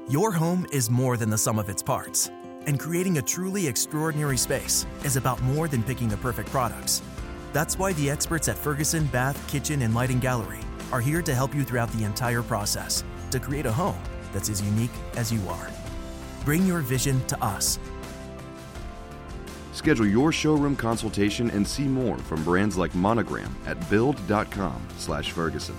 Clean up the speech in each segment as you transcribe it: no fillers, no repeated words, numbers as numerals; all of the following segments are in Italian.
Your home is more than the sum of its parts, and creating a truly extraordinary space is about more than picking the perfect products. That's why the experts at Ferguson Bath, Kitchen, and Lighting Gallery are here to help you throughout the entire process to create a home that's as unique as you are. Bring your vision to us. Schedule your showroom consultation and see more from brands like Monogram at build.com/Ferguson.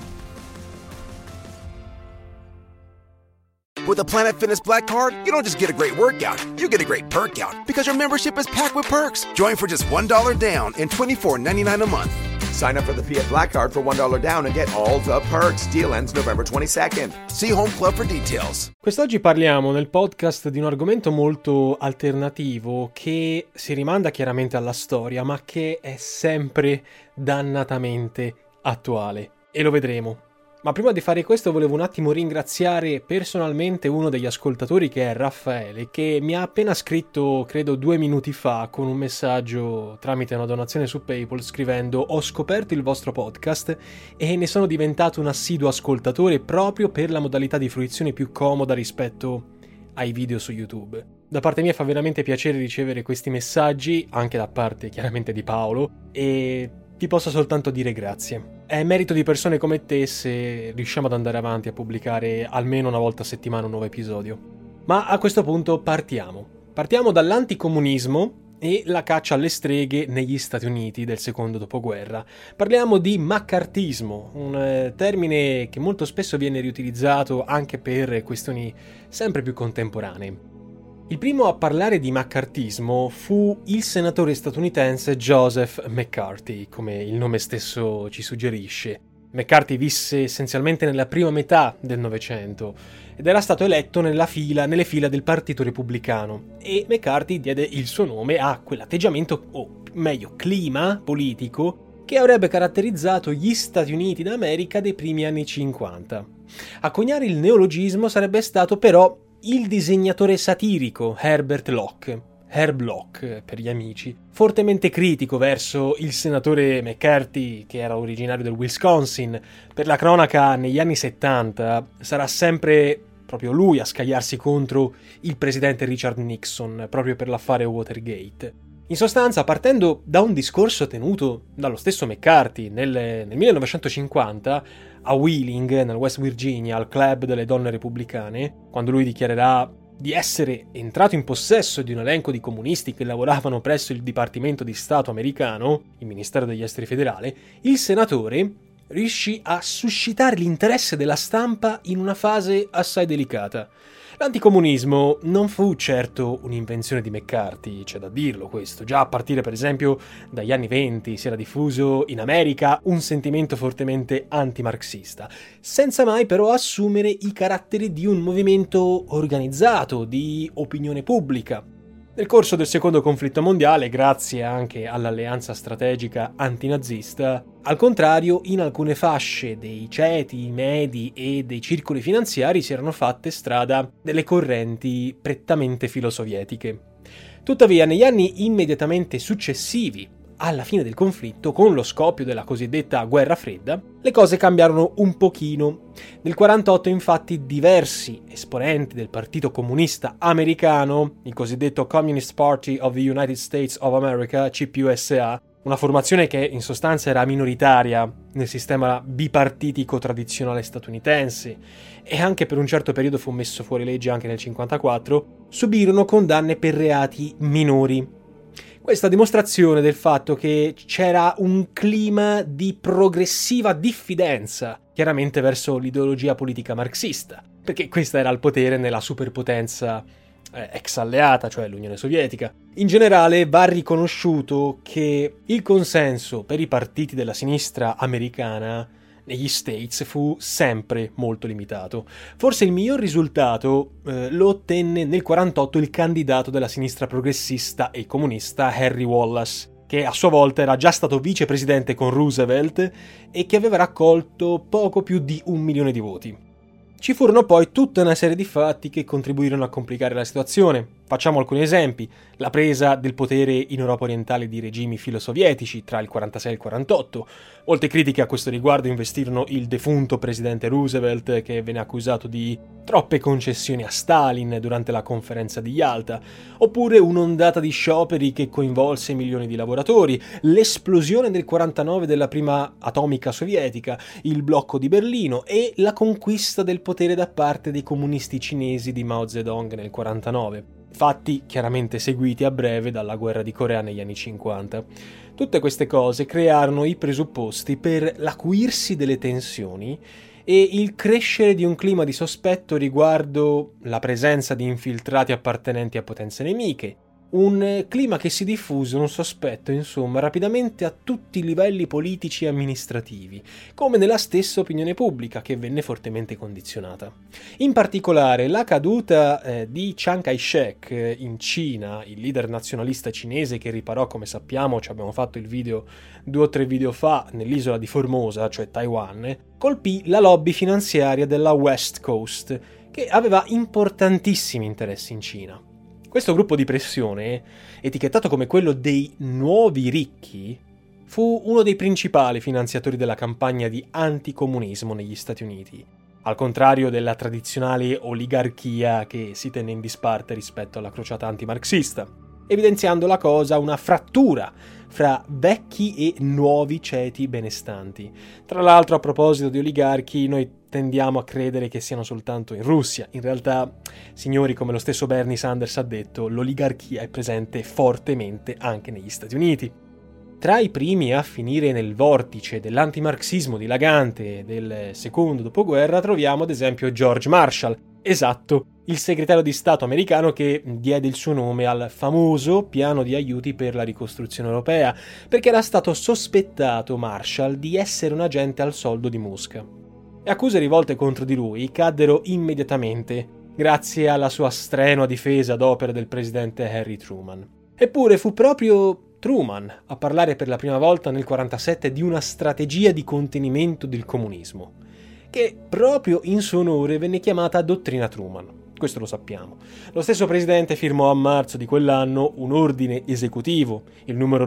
With a Planet Fitness Black Card, you don't just get a great workout, you get a great perk out because your membership is packed with perks. Join for just $1 down and $24.99 a month. Sign up for the Fiat Black Card for $1 down and get all the perks. Deal ends November 22nd. See Home Club for details. Quest'oggi parliamo nel podcast di un argomento molto alternativo che si rimanda chiaramente alla storia, ma che è sempre dannatamente attuale. E lo vedremo. Ma prima di fare questo volevo un attimo ringraziare personalmente uno degli ascoltatori, che è Raffaele, che mi ha appena scritto, credo 2 minuti fa, con un messaggio tramite una donazione su PayPal scrivendo: ho scoperto il vostro podcast e ne sono diventato un assiduo ascoltatore proprio per la modalità di fruizione più comoda rispetto ai video su YouTube. Da parte mia fa veramente piacere ricevere questi messaggi, anche da parte chiaramente di Paolo, e ti posso soltanto dire grazie. È merito di persone come te se riusciamo ad andare avanti a pubblicare almeno una volta a settimana un nuovo episodio. Ma a questo punto partiamo. Partiamo dall'anticomunismo e la caccia alle streghe negli Stati Uniti del secondo dopoguerra. Parliamo di maccartismo, un termine che molto spesso viene riutilizzato anche per questioni sempre più contemporanee. Il primo a parlare di maccartismo fu il senatore statunitense Joseph McCarthy, come il nome stesso ci suggerisce. McCarthy visse essenzialmente nella prima metà del Novecento ed era stato eletto nelle fila del Partito Repubblicano, e McCarthy diede il suo nome a quell'atteggiamento, o meglio clima politico, che avrebbe caratterizzato gli Stati Uniti d'America dei primi anni 50. A coniare il neologismo sarebbe stato però il disegnatore satirico Herbert Locke, Herb Locke per gli amici, fortemente critico verso il senatore McCarthy, che era originario del Wisconsin. Per la cronaca, negli anni 70 sarà sempre proprio lui a scagliarsi contro il presidente Richard Nixon, proprio per l'affare Watergate. In sostanza, partendo da un discorso tenuto dallo stesso McCarthy nel 1950 a Wheeling, nel West Virginia, al club delle donne repubblicane, quando lui dichiarerà di essere entrato in possesso di un elenco di comunisti che lavoravano presso il Dipartimento di Stato americano, il Ministero degli Esteri federale, il senatore riuscì a suscitare l'interesse della stampa in una fase assai delicata. L'anticomunismo non fu certo un'invenzione di McCarthy, c'è da dirlo questo. Già a partire per esempio dagli anni 20 si era diffuso in America un sentimento fortemente antimarxista, senza mai però assumere i caratteri di un movimento organizzato, di opinione pubblica. Nel corso del secondo conflitto mondiale, grazie anche all'alleanza strategica antinazista, al contrario, in alcune fasce dei ceti medi e dei circoli finanziari si erano fatte strada delle correnti prettamente filosovietiche. Tuttavia, negli anni immediatamente successivi alla fine del conflitto, con lo scoppio della cosiddetta Guerra Fredda, le cose cambiarono un pochino. Nel 1948, infatti, diversi esponenti del Partito Comunista Americano, il cosiddetto Communist Party of the United States of America, CPUSA, una formazione che in sostanza era minoritaria nel sistema bipartitico tradizionale statunitense e anche per un certo periodo fu messo fuori legge anche nel 1954, subirono condanne per reati minori. Questa dimostrazione del fatto che c'era un clima di progressiva diffidenza, chiaramente verso l'ideologia politica marxista, perché questa era al potere nella superpotenza ex alleata, cioè l'Unione Sovietica. In generale va riconosciuto che il consenso per i partiti della sinistra americana negli States fu sempre molto limitato. Forse il miglior risultato lo ottenne nel 1948 il candidato della sinistra progressista e comunista Henry Wallace, che a sua volta era già stato vicepresidente con Roosevelt e che aveva raccolto poco più di 1 milione di voti. Ci furono poi tutta una serie di fatti che contribuirono a complicare la situazione. Facciamo alcuni esempi: la presa del potere in Europa orientale di regimi filosovietici tra il 46 e il 48. Molte critiche a questo riguardo investirono il defunto presidente Roosevelt, che venne accusato di troppe concessioni a Stalin durante la conferenza di Yalta, oppure un'ondata di scioperi che coinvolse milioni di lavoratori, l'esplosione del 49 della prima atomica sovietica, il blocco di Berlino e la conquista del potere da parte dei comunisti cinesi di Mao Zedong nel 49. Fatti chiaramente seguiti a breve dalla guerra di Corea negli anni 50. Tutte queste cose crearono i presupposti per l'acuirsi delle tensioni e il crescere di un clima di sospetto riguardo la presenza di infiltrati appartenenti a potenze nemiche. Un clima che si diffuse, un sospetto, insomma, rapidamente a tutti i livelli politici e amministrativi, come nella stessa opinione pubblica, che venne fortemente condizionata. In particolare, la caduta di Chiang Kai-shek in Cina, il leader nazionalista cinese che riparò, come sappiamo, ci abbiamo fatto il video 2 o 3 video fa, nell'isola di Formosa, cioè Taiwan, colpì la lobby finanziaria della West Coast, che aveva importantissimi interessi in Cina. Questo gruppo di pressione, etichettato come quello dei nuovi ricchi, fu uno dei principali finanziatori della campagna di anticomunismo negli Stati Uniti, al contrario della tradizionale oligarchia che si tenne in disparte rispetto alla crociata antimarxista, evidenziando la cosa una frattura fra vecchi e nuovi ceti benestanti. Tra l'altro, a proposito di oligarchi, noi tendiamo a credere che siano soltanto in Russia. In realtà, signori, come lo stesso Bernie Sanders ha detto, l'oligarchia è presente fortemente anche negli Stati Uniti. Tra i primi a finire nel vortice dell'antimarxismo dilagante del secondo dopoguerra troviamo ad esempio George Marshall, esatto, il segretario di Stato americano che diede il suo nome al famoso piano di aiuti per la ricostruzione europea, perché era stato sospettato Marshall di essere un agente al soldo di Mosca. Le accuse rivolte contro di lui caddero immediatamente, grazie alla sua strenua difesa ad opera del presidente Harry Truman. Eppure fu proprio Truman a parlare per la prima volta nel 1947 di una strategia di contenimento del comunismo, che proprio in suo onore venne chiamata Dottrina Truman. Questo lo sappiamo. Lo stesso presidente firmò a marzo di quell'anno un ordine esecutivo, il numero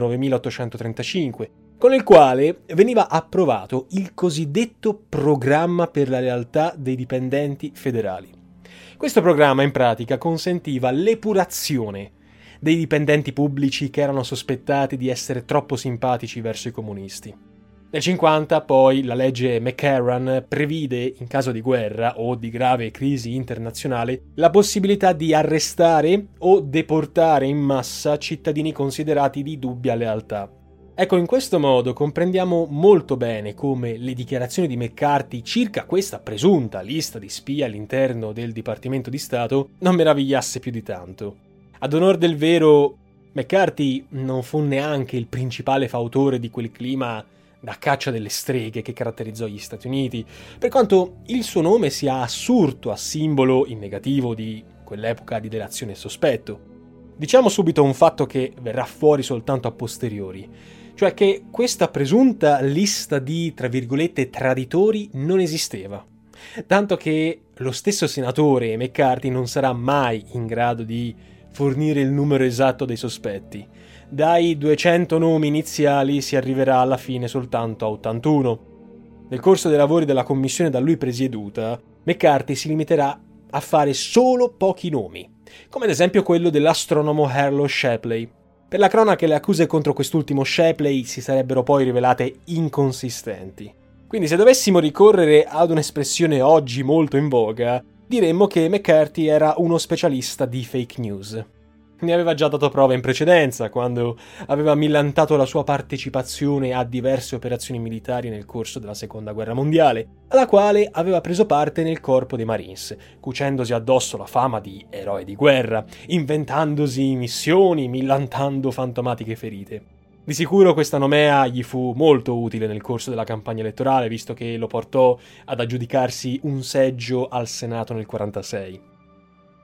9835, con il quale veniva approvato il cosiddetto Programma per la lealtà dei dipendenti federali. Questo programma in pratica consentiva l'epurazione dei dipendenti pubblici che erano sospettati di essere troppo simpatici verso i comunisti. Nel 50 poi la legge McCarran previde, in caso di guerra o di grave crisi internazionale, la possibilità di arrestare o deportare in massa cittadini considerati di dubbia lealtà. Ecco, in questo modo comprendiamo molto bene come le dichiarazioni di McCarthy circa questa presunta lista di spie all'interno del Dipartimento di Stato non meravigliasse più di tanto. Ad onor del vero, McCarthy non fu neanche il principale fautore di quel clima da caccia delle streghe che caratterizzò gli Stati Uniti, per quanto il suo nome sia assurto a simbolo in negativo di quell'epoca di delazione e sospetto. Diciamo subito un fatto che verrà fuori soltanto a posteriori, cioè che questa presunta lista di, tra virgolette, traditori non esisteva, tanto che lo stesso senatore McCarthy non sarà mai in grado di fornire il numero esatto dei sospetti. Dai 200 nomi iniziali si arriverà alla fine soltanto a 81. Nel corso dei lavori della commissione da lui presieduta, McCarthy si limiterà a fare solo pochi nomi, come ad esempio quello dell'astronomo Harlow Shapley. Per la cronaca, le accuse contro quest'ultimo Shapley si sarebbero poi rivelate inconsistenti. Quindi, se dovessimo ricorrere ad un'espressione oggi molto in voga, diremmo che McCarthy era uno specialista di fake news. Ne aveva già dato prova in precedenza, quando aveva millantato la sua partecipazione a diverse operazioni militari nel corso della Seconda Guerra Mondiale, alla quale aveva preso parte nel corpo dei Marines, cucendosi addosso la fama di eroe di guerra, inventandosi missioni, millantando fantomatiche ferite. Di sicuro questa nomea gli fu molto utile nel corso della campagna elettorale, visto che lo portò ad aggiudicarsi un seggio al Senato nel 1946.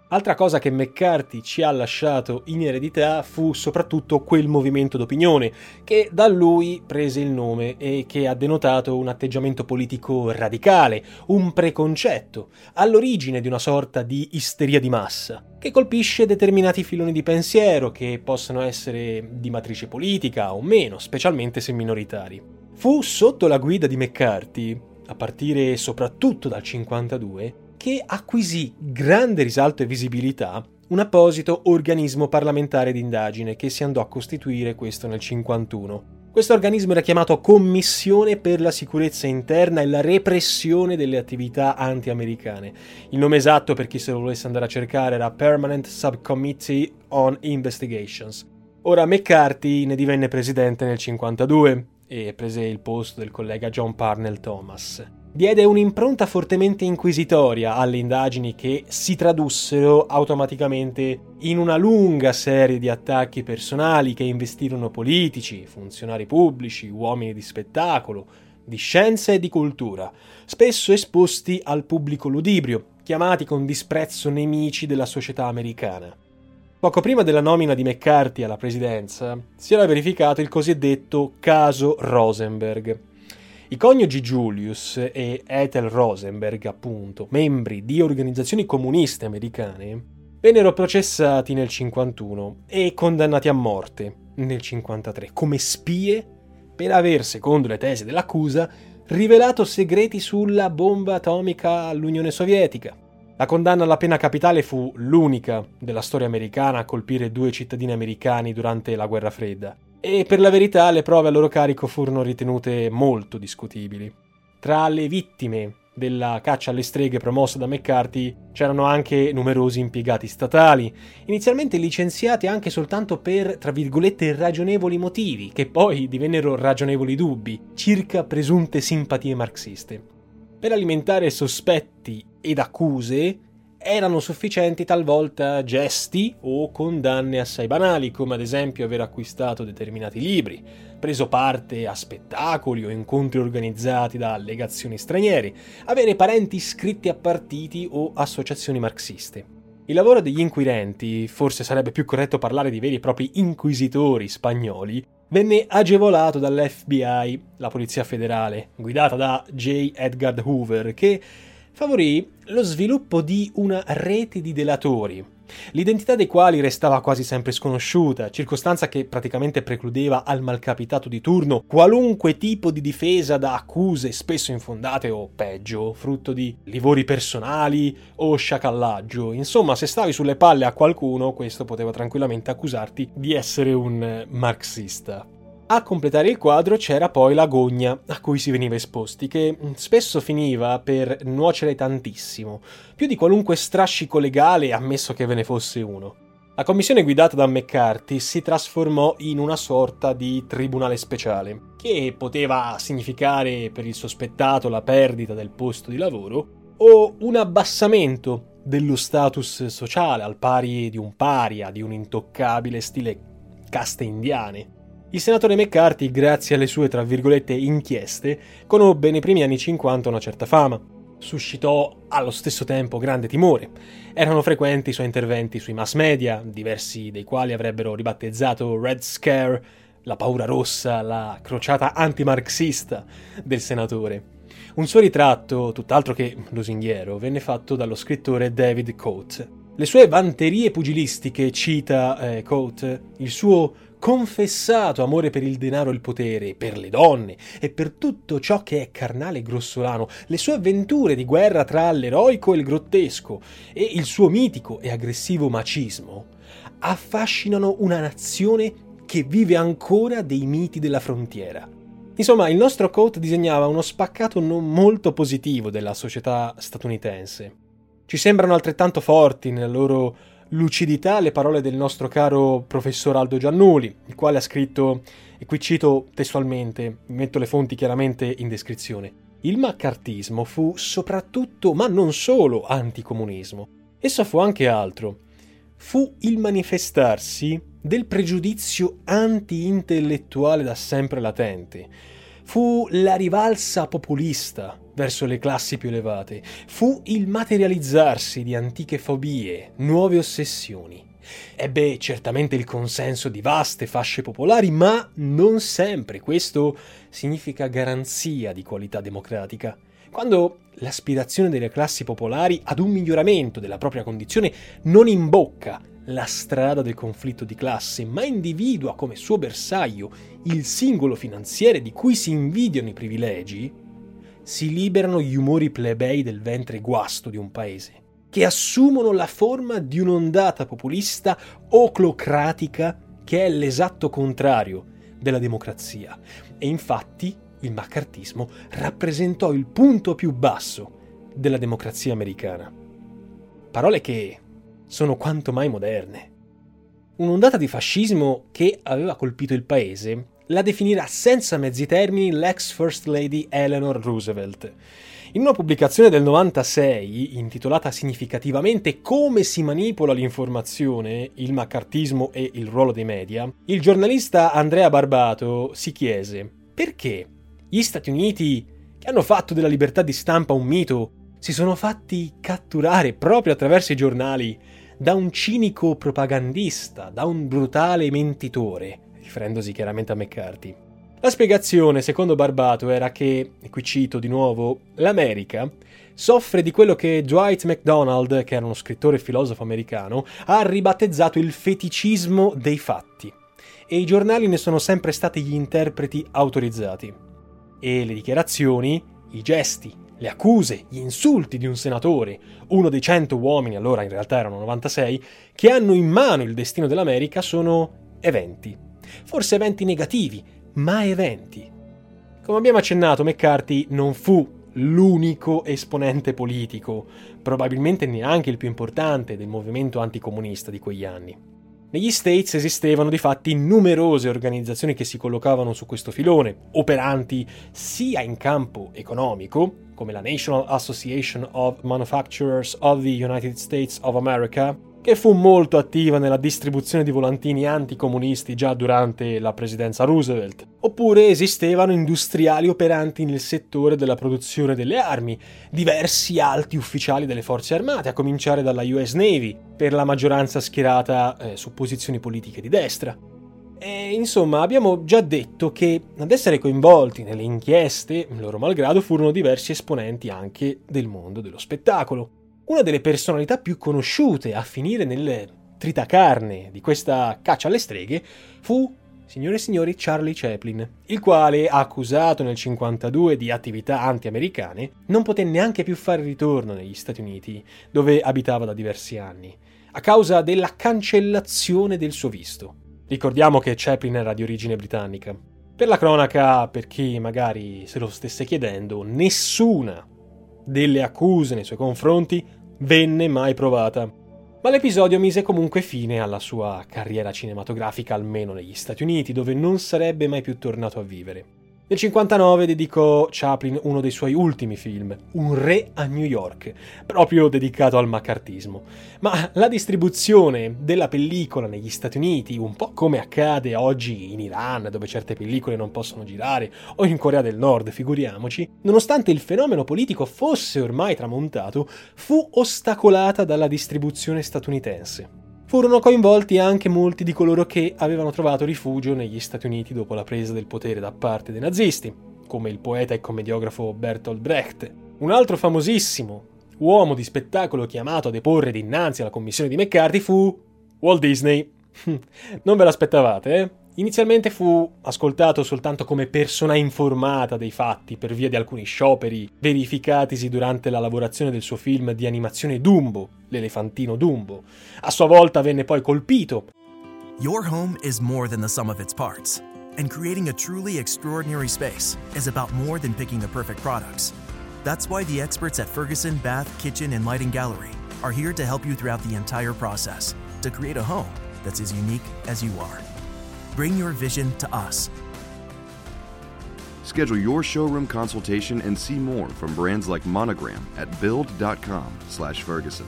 Altra cosa che McCarthy ci ha lasciato in eredità fu soprattutto quel movimento d'opinione che da lui prese il nome e che ha denotato un atteggiamento politico radicale, un preconcetto, all'origine di una sorta di isteria di massa, che colpisce determinati filoni di pensiero che possono essere di matrice politica o meno, specialmente se minoritari. Fu sotto la guida di McCarthy, a partire soprattutto dal 1952, che acquisì grande risalto e visibilità un apposito organismo parlamentare d'indagine che si andò a costituire questo nel 1951. Questo organismo era chiamato Commissione per la sicurezza interna e la repressione delle attività anti-americane. Il nome esatto, per chi se lo volesse andare a cercare, era Permanent Subcommittee on Investigations. Ora McCarthy ne divenne presidente nel 1952 e prese il posto del collega John Parnell Thomas. Diede un'impronta fortemente inquisitoria alle indagini che si tradussero automaticamente in una lunga serie di attacchi personali che investirono politici, funzionari pubblici, uomini di spettacolo, di scienza e di cultura, spesso esposti al pubblico ludibrio, chiamati con disprezzo nemici della società americana. Poco prima della nomina di McCarthy alla presidenza, si era verificato il cosiddetto caso Rosenberg. I coniugi Julius e Ethel Rosenberg, appunto, membri di organizzazioni comuniste americane, vennero processati nel 1951 e condannati a morte nel 1953 come spie per aver, secondo le tesi dell'accusa, rivelato segreti sulla bomba atomica all'Unione Sovietica. La condanna alla pena capitale fu l'unica della storia americana a colpire 2 cittadini americani durante la Guerra Fredda. E per la verità le prove a loro carico furono ritenute molto discutibili. Tra le vittime della caccia alle streghe promossa da McCarthy c'erano anche numerosi impiegati statali, inizialmente licenziati anche soltanto per, tra virgolette, ragionevoli motivi, che poi divennero ragionevoli dubbi, circa presunte simpatie marxiste. Per alimentare sospetti ed accuse erano sufficienti talvolta gesti o condanne assai banali, come ad esempio aver acquistato determinati libri, preso parte a spettacoli o incontri organizzati da legazioni straniere, avere parenti iscritti a partiti o associazioni marxiste. Il lavoro degli inquirenti, forse sarebbe più corretto parlare di veri e propri inquisitori spagnoli, venne agevolato dall'FBI, la Polizia Federale, guidata da J. Edgar Hoover, che favorì lo sviluppo di una rete di delatori, l'identità dei quali restava quasi sempre sconosciuta, circostanza che praticamente precludeva al malcapitato di turno qualunque tipo di difesa da accuse spesso infondate o, peggio, frutto di livori personali o sciacallaggio. Insomma, se stavi sulle palle a qualcuno, questo poteva tranquillamente accusarti di essere un marxista. A completare il quadro c'era poi la gogna a cui si veniva esposti, che spesso finiva per nuocere tantissimo, più di qualunque strascico legale, ammesso che ve ne fosse uno. La commissione guidata da McCarthy si trasformò in una sorta di tribunale speciale, che poteva significare per il sospettato la perdita del posto di lavoro o un abbassamento dello status sociale al pari di un paria, di un intoccabile stile caste indiane. Il senatore McCarthy, grazie alle sue, tra virgolette, inchieste, conobbe nei primi anni 50 una certa fama. Suscitò allo stesso tempo grande timore. Erano frequenti i suoi interventi sui mass media, diversi dei quali avrebbero ribattezzato Red Scare, la paura rossa, la crociata antimarxista del senatore. Un suo ritratto, tutt'altro che lusinghiero, venne fatto dallo scrittore David Coate. Le sue vanterie pugilistiche, cita Coate, il suo confessato amore per il denaro e il potere, per le donne e per tutto ciò che è carnale e grossolano, le sue avventure di guerra tra l'eroico e il grottesco e il suo mitico e aggressivo macismo affascinano una nazione che vive ancora dei miti della frontiera. Insomma, il nostro Coate disegnava uno spaccato non molto positivo della società statunitense. Ci sembrano altrettanto forti nella loro lucidità le parole del nostro caro professor Aldo Giannuli, il quale ha scritto, e qui cito testualmente, metto le fonti chiaramente in descrizione: il maccartismo fu soprattutto, ma non solo, anticomunismo. Esso fu anche altro. Fu il manifestarsi del pregiudizio anti-intellettuale da sempre latente. Fu la rivalsa populista verso le classi più elevate. Fu il materializzarsi di antiche fobie, nuove ossessioni. Ebbe certamente il consenso di vaste fasce popolari, ma non sempre questo significa garanzia di qualità democratica. Quando l'aspirazione delle classi popolari ad un miglioramento della propria condizione non imbocca la strada del conflitto di classe, ma individua come suo bersaglio il singolo finanziere di cui si invidiano i privilegi, si liberano gli umori plebei del ventre guasto di un paese, che assumono la forma di un'ondata populista oclocratica che è l'esatto contrario della democrazia. E infatti il maccartismo rappresentò il punto più basso della democrazia americana. Parole che sono quanto mai moderne. Un'ondata di fascismo che aveva colpito il paese la definirà senza mezzi termini l'ex First Lady Eleanor Roosevelt. In una pubblicazione del 96, intitolata significativamente Come si manipola l'informazione, il maccartismo e il ruolo dei media, il giornalista Andrea Barbato si chiese: perché gli Stati Uniti, che hanno fatto della libertà di stampa un mito, si sono fatti catturare proprio attraverso i giornali da un cinico propagandista, da un brutale mentitore, riferendosi chiaramente a McCarthy. La spiegazione, secondo Barbato, era che, e qui cito di nuovo, l'America soffre di quello che Dwight MacDonald, che era uno scrittore e filosofo americano, ha ribattezzato il feticismo dei fatti, e i giornali ne sono sempre stati gli interpreti autorizzati. E le dichiarazioni, i gesti, le accuse, gli insulti di un senatore, uno dei 100 uomini, allora in realtà erano 96, che hanno in mano il destino dell'America, sono eventi. Forse eventi negativi, ma eventi. Come abbiamo accennato, McCarthy non fu l'unico esponente politico, probabilmente neanche il più importante del movimento anticomunista di quegli anni. Negli States esistevano difatti numerose organizzazioni che si collocavano su questo filone, operanti sia in campo economico, come la National Association of Manufacturers of the United States of America, che fu molto attiva nella distribuzione di volantini anticomunisti già durante la presidenza Roosevelt. Oppure esistevano industriali operanti nel settore della produzione delle armi, diversi alti ufficiali delle forze armate, a cominciare dalla US Navy, per la maggioranza schierata su posizioni politiche di destra. E insomma, abbiamo già detto che ad essere coinvolti nelle inchieste, loro malgrado, furono diversi esponenti anche del mondo dello spettacolo. Una delle personalità più conosciute a finire nel tritacarne di questa caccia alle streghe fu, signore e signori, Charlie Chaplin, il quale, accusato nel 1952 di attività anti-americane, non poté neanche più fare ritorno negli Stati Uniti, dove abitava da diversi anni, a causa della cancellazione del suo visto. Ricordiamo che Chaplin era di origine britannica. Per la cronaca, per chi magari se lo stesse chiedendo, nessuna delle accuse nei suoi confronti venne mai provata. Ma l'episodio mise comunque fine alla sua carriera cinematografica, almeno negli Stati Uniti, dove non sarebbe mai più tornato a vivere. Nel 1959 dedicò Chaplin uno dei suoi ultimi film, Un re a New York, proprio dedicato al maccartismo. Ma la distribuzione della pellicola negli Stati Uniti, un po' come accade oggi in Iran, dove certe pellicole non possono girare, o in Corea del Nord, figuriamoci, nonostante il fenomeno politico fosse ormai tramontato, fu ostacolata dalla distribuzione statunitense. Furono coinvolti anche molti di coloro che avevano trovato rifugio negli Stati Uniti dopo la presa del potere da parte dei nazisti, come il poeta e commediografo Bertolt Brecht. Un altro famosissimo uomo di spettacolo chiamato a deporre dinanzi alla commissione di McCarthy fu Walt Disney. Non ve l'aspettavate, eh? Inizialmente fu ascoltato soltanto come persona informata dei fatti per via di alcuni scioperi verificatisi durante la lavorazione del suo film di animazione Dumbo, l'elefantino Dumbo. A sua volta venne poi colpito. Your home is more than the sum of its parts, and creating a truly extraordinary space is about more than picking the perfect products. That's why the experts at Ferguson Bath, Kitchen, and Lighting Gallery are here to help you throughout the entire process to create a home that's as unique as you are. Bring your vision to us. Schedule your showroom consultation and see more from brands like Monogram at build.com/Ferguson.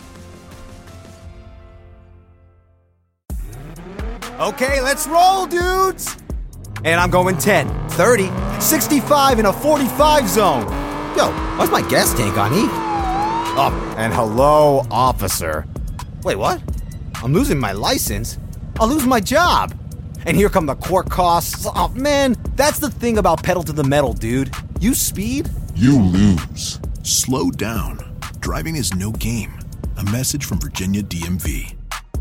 Okay, let's roll, dudes! And I'm going 10, 30, 65 in a 45 zone. Yo, why's my gas tank on E? Oh, and hello, officer. Wait, what? I'm losing my license? I'll lose my job. And here come the court costs. Oh, man, that's the thing about pedal to the metal, dude. You speed, you lose. Slow down. Driving is no game. A message from Virginia DMV.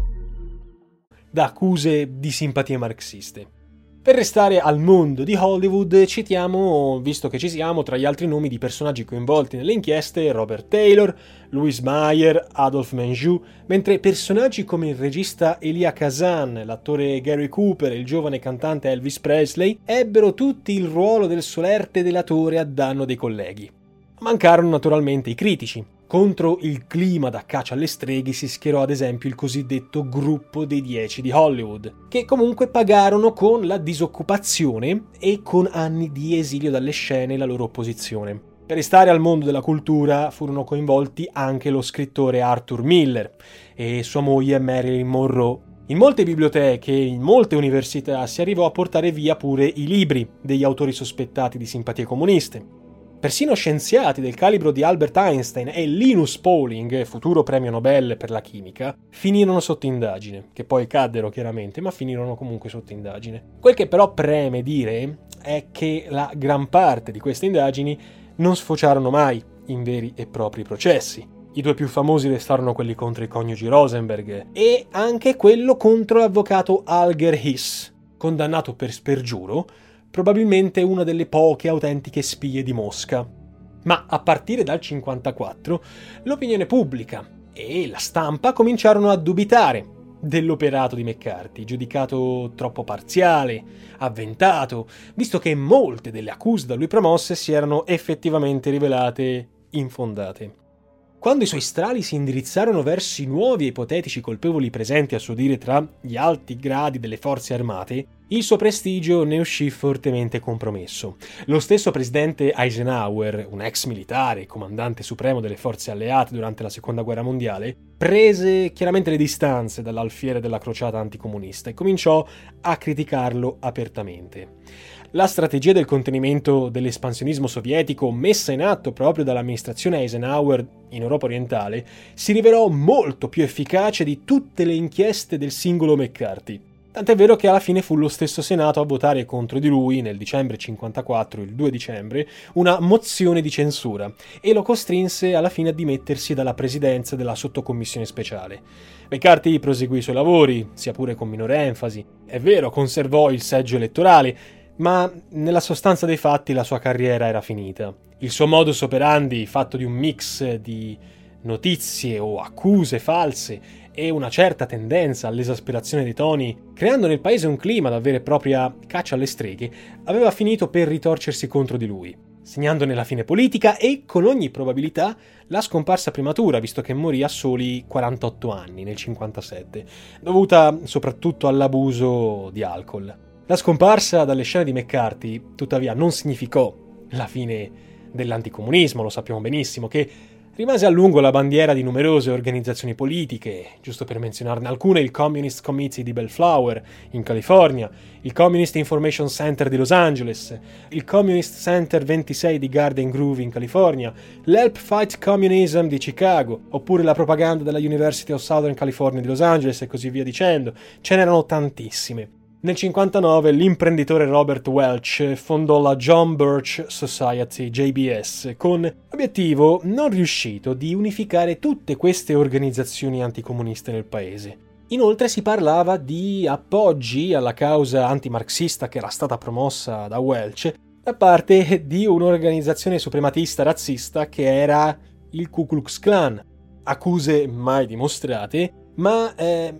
Da accuse di simpatie marxiste. Per restare al mondo di Hollywood, citiamo, visto che ci siamo, tra gli altri nomi di personaggi coinvolti nelle inchieste, Robert Taylor, Louis Mayer, Adolphe Menjou, mentre personaggi come il regista Elia Kazan, l'attore Gary Cooper e il giovane cantante Elvis Presley ebbero tutti il ruolo del solerte delatore a danno dei colleghi. Mancarono naturalmente i critici. Contro il clima da caccia alle streghe si schierò ad esempio il cosiddetto gruppo dei 10 di Hollywood, che comunque pagarono con la disoccupazione e con anni di esilio dalle scene la loro opposizione. Per restare al mondo della cultura furono coinvolti anche lo scrittore Arthur Miller e sua moglie Marilyn Monroe. In molte biblioteche e in molte università si arrivò a portare via pure i libri degli autori sospettati di simpatie comuniste. Persino scienziati del calibro di Albert Einstein e Linus Pauling, futuro premio Nobel per la chimica, finirono sotto indagine, che poi caddero chiaramente, ma finirono comunque sotto indagine. Quel che però preme dire è che la gran parte di queste indagini non sfociarono mai in veri e propri processi. I due più famosi restarono quelli contro i coniugi Rosenberg e anche quello contro l'avvocato Alger Hiss, condannato per spergiuro, probabilmente una delle poche autentiche spie di Mosca. Ma a partire dal 1954 l'opinione pubblica e la stampa cominciarono a dubitare dell'operato di McCarthy, giudicato troppo parziale, avventato, visto che molte delle accuse da lui promosse si erano effettivamente rivelate infondate. Quando i suoi strali si indirizzarono verso i nuovi e ipotetici colpevoli presenti a suo dire tra gli alti gradi delle forze armate, il suo prestigio ne uscì fortemente compromesso. Lo stesso presidente Eisenhower, un ex militare e comandante supremo delle forze alleate durante la Seconda Guerra Mondiale, prese chiaramente le distanze dall'alfiere della crociata anticomunista e cominciò a criticarlo apertamente. La strategia del contenimento dell'espansionismo sovietico messa in atto proprio dall'amministrazione Eisenhower in Europa orientale si rivelò molto più efficace di tutte le inchieste del singolo McCarthy. Tant'è vero che alla fine fu lo stesso Senato a votare contro di lui nel dicembre 54, il 2 dicembre, una mozione di censura e lo costrinse alla fine a dimettersi dalla presidenza della sottocommissione speciale. McCarthy proseguì i suoi lavori, sia pure con minore enfasi. È vero, conservò il seggio elettorale, ma nella sostanza dei fatti la sua carriera era finita. Il suo modus operandi, fatto di un mix di notizie o accuse false e una certa tendenza all'esasperazione dei toni, creando nel paese un clima da vera e propria caccia alle streghe, aveva finito per ritorcersi contro di lui, segnandone la fine politica e, con ogni probabilità, la scomparsa prematura, visto che morì a soli 48 anni nel 57, dovuta soprattutto all'abuso di alcol. La scomparsa dalle scene di McCarthy, tuttavia, non significò la fine dell'anticomunismo, lo sappiamo benissimo, che rimase a lungo la bandiera di numerose organizzazioni politiche, giusto per menzionarne alcune: il Communist Committee di Bellflower in California, il Communist Information Center di Los Angeles, il Communist Center 26 di Garden Grove in California, l'Help Fight Communism di Chicago, oppure la propaganda della University of Southern California di Los Angeles e così via dicendo. Ce n'erano tantissime. Nel 1959 l'imprenditore Robert Welch fondò la John Birch Society, JBS, con l'obiettivo non riuscito di unificare tutte queste organizzazioni anticomuniste nel paese. Inoltre si parlava di appoggi alla causa antimarxista che era stata promossa da Welch da parte di un'organizzazione suprematista razzista che era il Ku Klux Klan. Accuse mai dimostrate, ma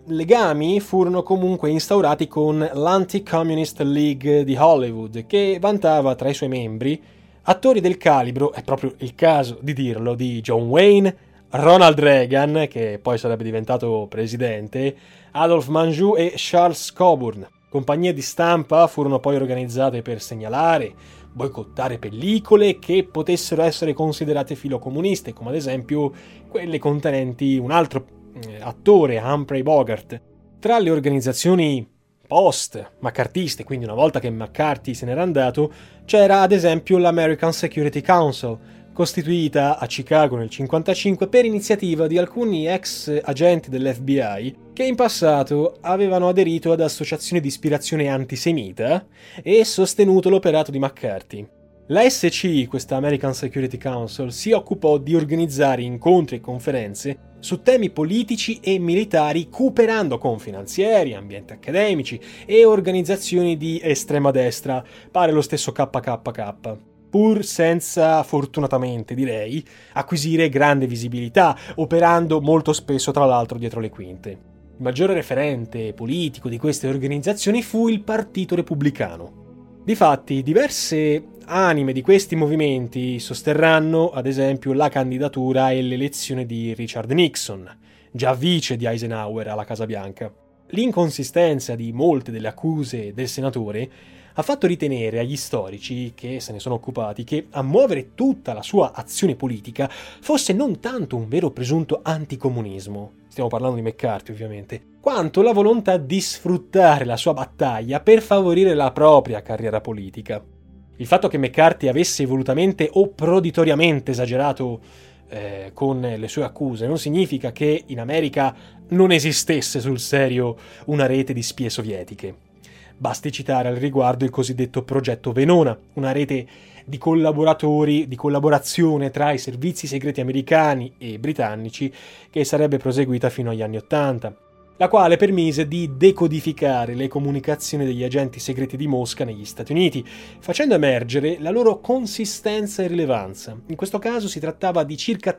legami furono comunque instaurati con l'Anti-Communist League di Hollywood, che vantava tra i suoi membri attori del calibro, è proprio il caso di dirlo, di John Wayne, Ronald Reagan, che poi sarebbe diventato presidente, Adolphe Menjou e Charles Coburn. Compagnie di stampa furono poi organizzate per segnalare, boicottare pellicole che potessero essere considerate filocomuniste, come ad esempio quelle contenenti un altro attore, Humphrey Bogart. Tra le organizzazioni post-maccartiste, quindi una volta che McCarthy se n'era andato, c'era ad esempio l'American Security Council, costituita a Chicago nel 1955 per iniziativa di alcuni ex agenti dell'FBI che in passato avevano aderito ad associazioni di ispirazione antisemita e sostenuto l'operato di McCarthy. La SCI, questa American Security Council, si occupò di organizzare incontri e conferenze su temi politici e militari, cooperando con finanzieri, ambienti accademici e organizzazioni di estrema destra, pare lo stesso KKK, pur senza, fortunatamente direi, acquisire grande visibilità, operando molto spesso tra l'altro dietro le quinte. Il maggiore referente politico di queste organizzazioni fu il Partito Repubblicano. Difatti, diverse anime di questi movimenti sosterranno, ad esempio, la candidatura e l'elezione di Richard Nixon, già vice di Eisenhower alla Casa Bianca. L'inconsistenza di molte delle accuse del senatore ha fatto ritenere agli storici che se ne sono occupati che a muovere tutta la sua azione politica fosse non tanto un vero presunto anticomunismo, stiamo parlando di McCarthy ovviamente, quanto la volontà di sfruttare la sua battaglia per favorire la propria carriera politica. Il fatto che McCarthy avesse volutamente o proditoriamente esagerato con le sue accuse non significa che in America non esistesse sul serio una rete di spie sovietiche. Basti citare al riguardo il cosiddetto Progetto Venona, una rete di collaborazione tra i servizi segreti americani e britannici che sarebbe proseguita fino agli anni '80, la quale permise di decodificare le comunicazioni degli agenti segreti di Mosca negli Stati Uniti, facendo emergere la loro consistenza e rilevanza. In questo caso si trattava di circa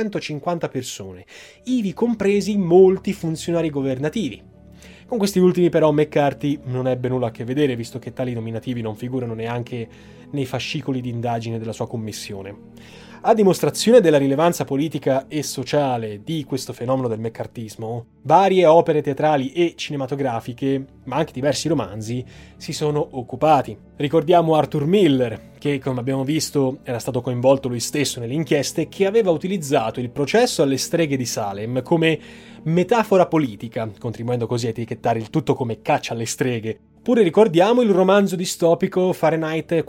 350 persone, ivi compresi molti funzionari governativi. Con questi ultimi però McCarthy non ebbe nulla a che vedere, visto che tali nominativi non figurano neanche nei fascicoli di indagine della sua commissione. A dimostrazione della rilevanza politica e sociale di questo fenomeno del mccarthismo, varie opere teatrali e cinematografiche, ma anche diversi romanzi, si sono occupati. Ricordiamo Arthur Miller, che come abbiamo visto era stato coinvolto lui stesso nelle inchieste, che aveva utilizzato il processo alle streghe di Salem come metafora politica, contribuendo così a etichettare il tutto come caccia alle streghe. Oppure ricordiamo il romanzo distopico Fahrenheit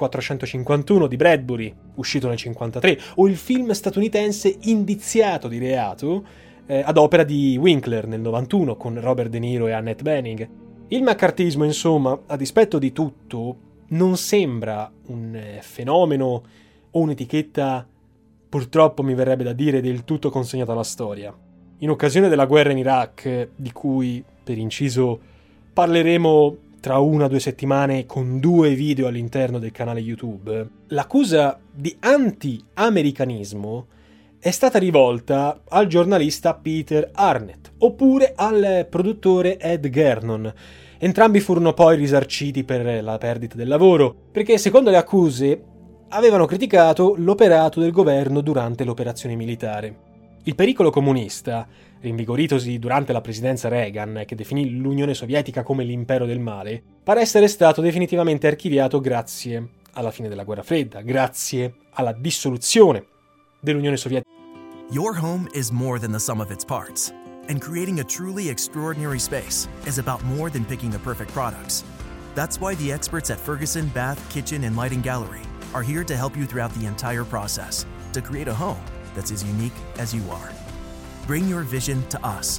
451 di Bradbury, uscito nel 1953, o il film statunitense Indiziato di reato, ad opera di Winkler nel 91 con Robert De Niro e Annette Bening. Il mccarthismo, insomma, a dispetto di tutto, non sembra un fenomeno o un'etichetta, purtroppo mi verrebbe da dire, del tutto consegnata alla storia. In occasione della guerra in Iraq, di cui, per inciso, parleremo tra 1 o 2 settimane con 2 video all'interno del canale YouTube, l'accusa di anti-americanismo è stata rivolta al giornalista Peter Arnett, oppure al produttore Ed Gernon. Entrambi furono poi risarciti per la perdita del lavoro, perché secondo le accuse avevano criticato l'operato del governo durante l'operazione militare. Il pericolo comunista, rinvigoritosi durante la presidenza Reagan, che definì l'Unione Sovietica come l'impero del male, pare essere stato definitivamente archiviato grazie alla fine della Guerra Fredda, grazie alla dissoluzione dell'Unione Sovietica. Your home is more than the sum of its parts, and creating a truly extraordinary space is about more than picking the perfect products. That's why the experts at Ferguson Bath, Kitchen, and Lighting Gallery are here to help you throughout the entire process to create a home that's as unique as you are. Bring your vision to us.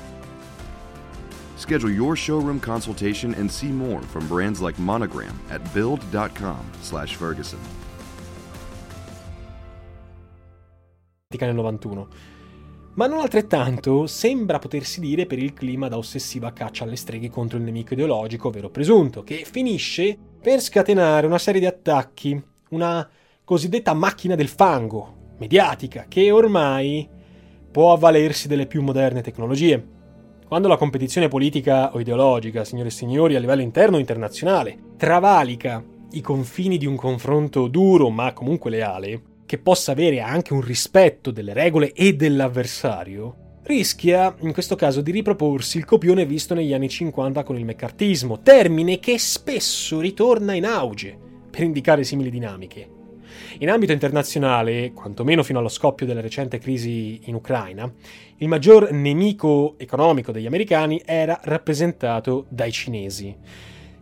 Schedule your showroom consultation and see more from brands like Monogram at build.com/Ferguson. Nel 91. Ma non altrettanto sembra potersi dire per il clima da ossessiva caccia alle streghe contro il nemico ideologico, vero presunto, che finisce per scatenare una serie di attacchi, una cosiddetta macchina del fango mediatica che ormai può avvalersi delle più moderne tecnologie. Quando la competizione politica o ideologica, signore e signori, a livello interno o internazionale, travalica i confini di un confronto duro ma comunque leale, che possa avere anche un rispetto delle regole e dell'avversario, rischia in questo caso di riproporsi il copione visto negli anni 50 con il mccarthismo, termine che spesso ritorna in auge per indicare simili dinamiche. In ambito internazionale, quantomeno fino allo scoppio della recente crisi in Ucraina, il maggior nemico economico degli americani era rappresentato dai cinesi,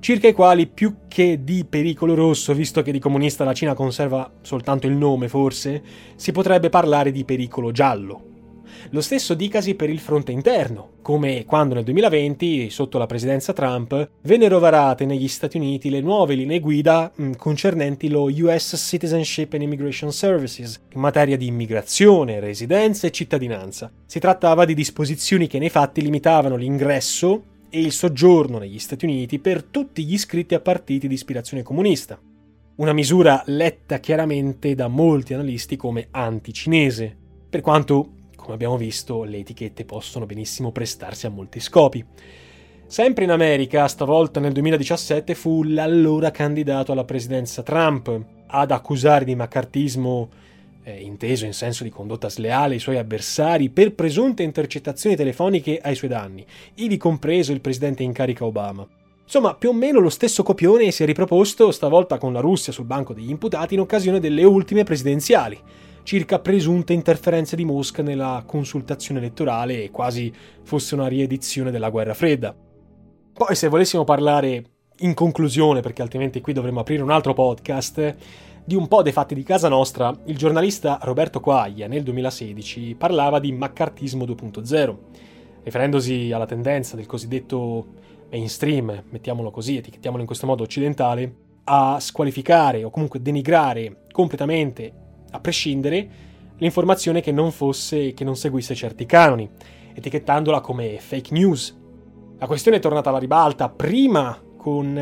circa i quali, più che di pericolo rosso, visto che di comunista la Cina conserva soltanto il nome forse, si potrebbe parlare di pericolo giallo. Lo stesso dicasi per il fronte interno, come quando nel 2020, sotto la presidenza Trump, vennero varate negli Stati Uniti le nuove linee guida concernenti lo US Citizenship and Immigration Services, in materia di immigrazione, residenza e cittadinanza. Si trattava di disposizioni che nei fatti limitavano l'ingresso e il soggiorno negli Stati Uniti per tutti gli iscritti a partiti di ispirazione comunista. Una misura letta chiaramente da molti analisti come anti-cinese, per quanto, come abbiamo visto, le etichette possono benissimo prestarsi a molti scopi. Sempre in America, stavolta nel 2017, fu l'allora candidato alla presidenza Trump ad accusare di maccartismo, inteso in senso di condotta sleale, i suoi avversari per presunte intercettazioni telefoniche ai suoi danni, ivi compreso il presidente in carica Obama. Insomma, più o meno lo stesso copione si è riproposto stavolta con la Russia sul banco degli imputati in occasione delle ultime presidenziali, circa presunte interferenze di Mosca nella consultazione elettorale e quasi fosse una riedizione della guerra fredda. Poi, se volessimo parlare in conclusione, perché altrimenti qui dovremmo aprire un altro podcast, di un po' dei fatti di casa nostra, il giornalista Roberto Quaglia nel 2016 parlava di maccartismo 2.0, riferendosi alla tendenza del cosiddetto mainstream, mettiamolo così, etichettiamolo in questo modo occidentale, a squalificare o comunque denigrare completamente, a prescindere, l'informazione che non seguisse certi canoni, etichettandola come fake news. La questione è tornata alla ribalta prima con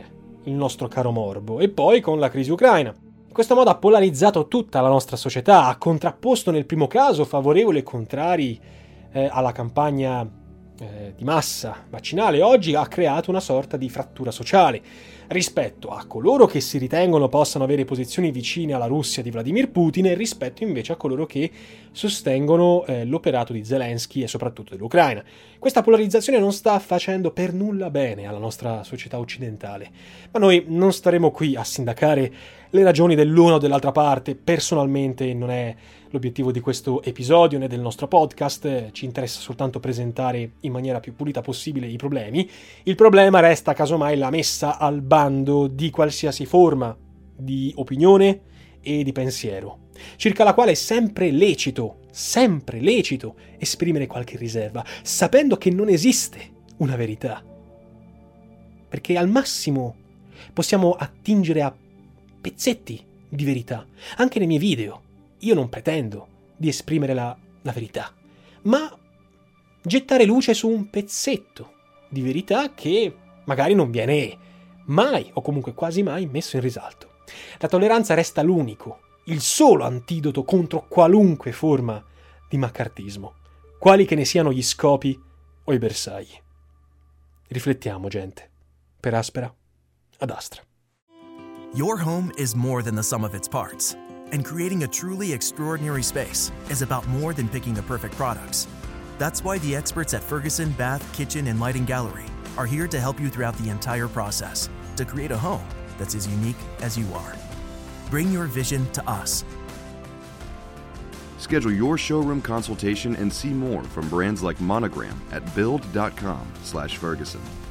il nostro caro morbo e poi con la crisi ucraina. In questo modo ha polarizzato tutta la nostra società, ha contrapposto nel primo caso favorevoli e contrari alla campagna di massa vaccinale, oggi ha creato una sorta di frattura sociale rispetto a coloro che si ritengono possano avere posizioni vicine alla Russia di Vladimir Putin e rispetto invece a coloro che sostengono l'operato di Zelensky e soprattutto dell'Ucraina. Questa polarizzazione non sta facendo per nulla bene alla nostra società occidentale, ma noi non staremo qui a sindacare le ragioni dell'una o dell'altra parte. Personalmente non è l'obiettivo di questo episodio né del nostro podcast, ci interessa soltanto presentare in maniera più pulita possibile i problemi. Il problema resta casomai la messa al bando di qualsiasi forma di opinione e di pensiero, circa la quale è sempre lecito esprimere qualche riserva, sapendo che non esiste una verità, perché al massimo possiamo attingere a pezzetti di verità. Anche nei miei video io non pretendo di esprimere la verità, ma gettare luce su un pezzetto di verità che magari non viene mai, o comunque quasi mai, messo in risalto. La tolleranza resta l'unico, il solo antidoto contro qualunque forma di maccartismo, quali che ne siano gli scopi o i bersagli. Riflettiamo, gente, per aspera ad astra. Your home is more than the sum of its parts, and creating a truly extraordinary space is about more than picking the perfect products. That's why the experts at Ferguson Bath, Kitchen, and Lighting Gallery are here to help you throughout the entire process to create a home that's as unique as you are. Bring your vision to us. Schedule your showroom consultation and see more from brands like Monogram at build.com/Ferguson.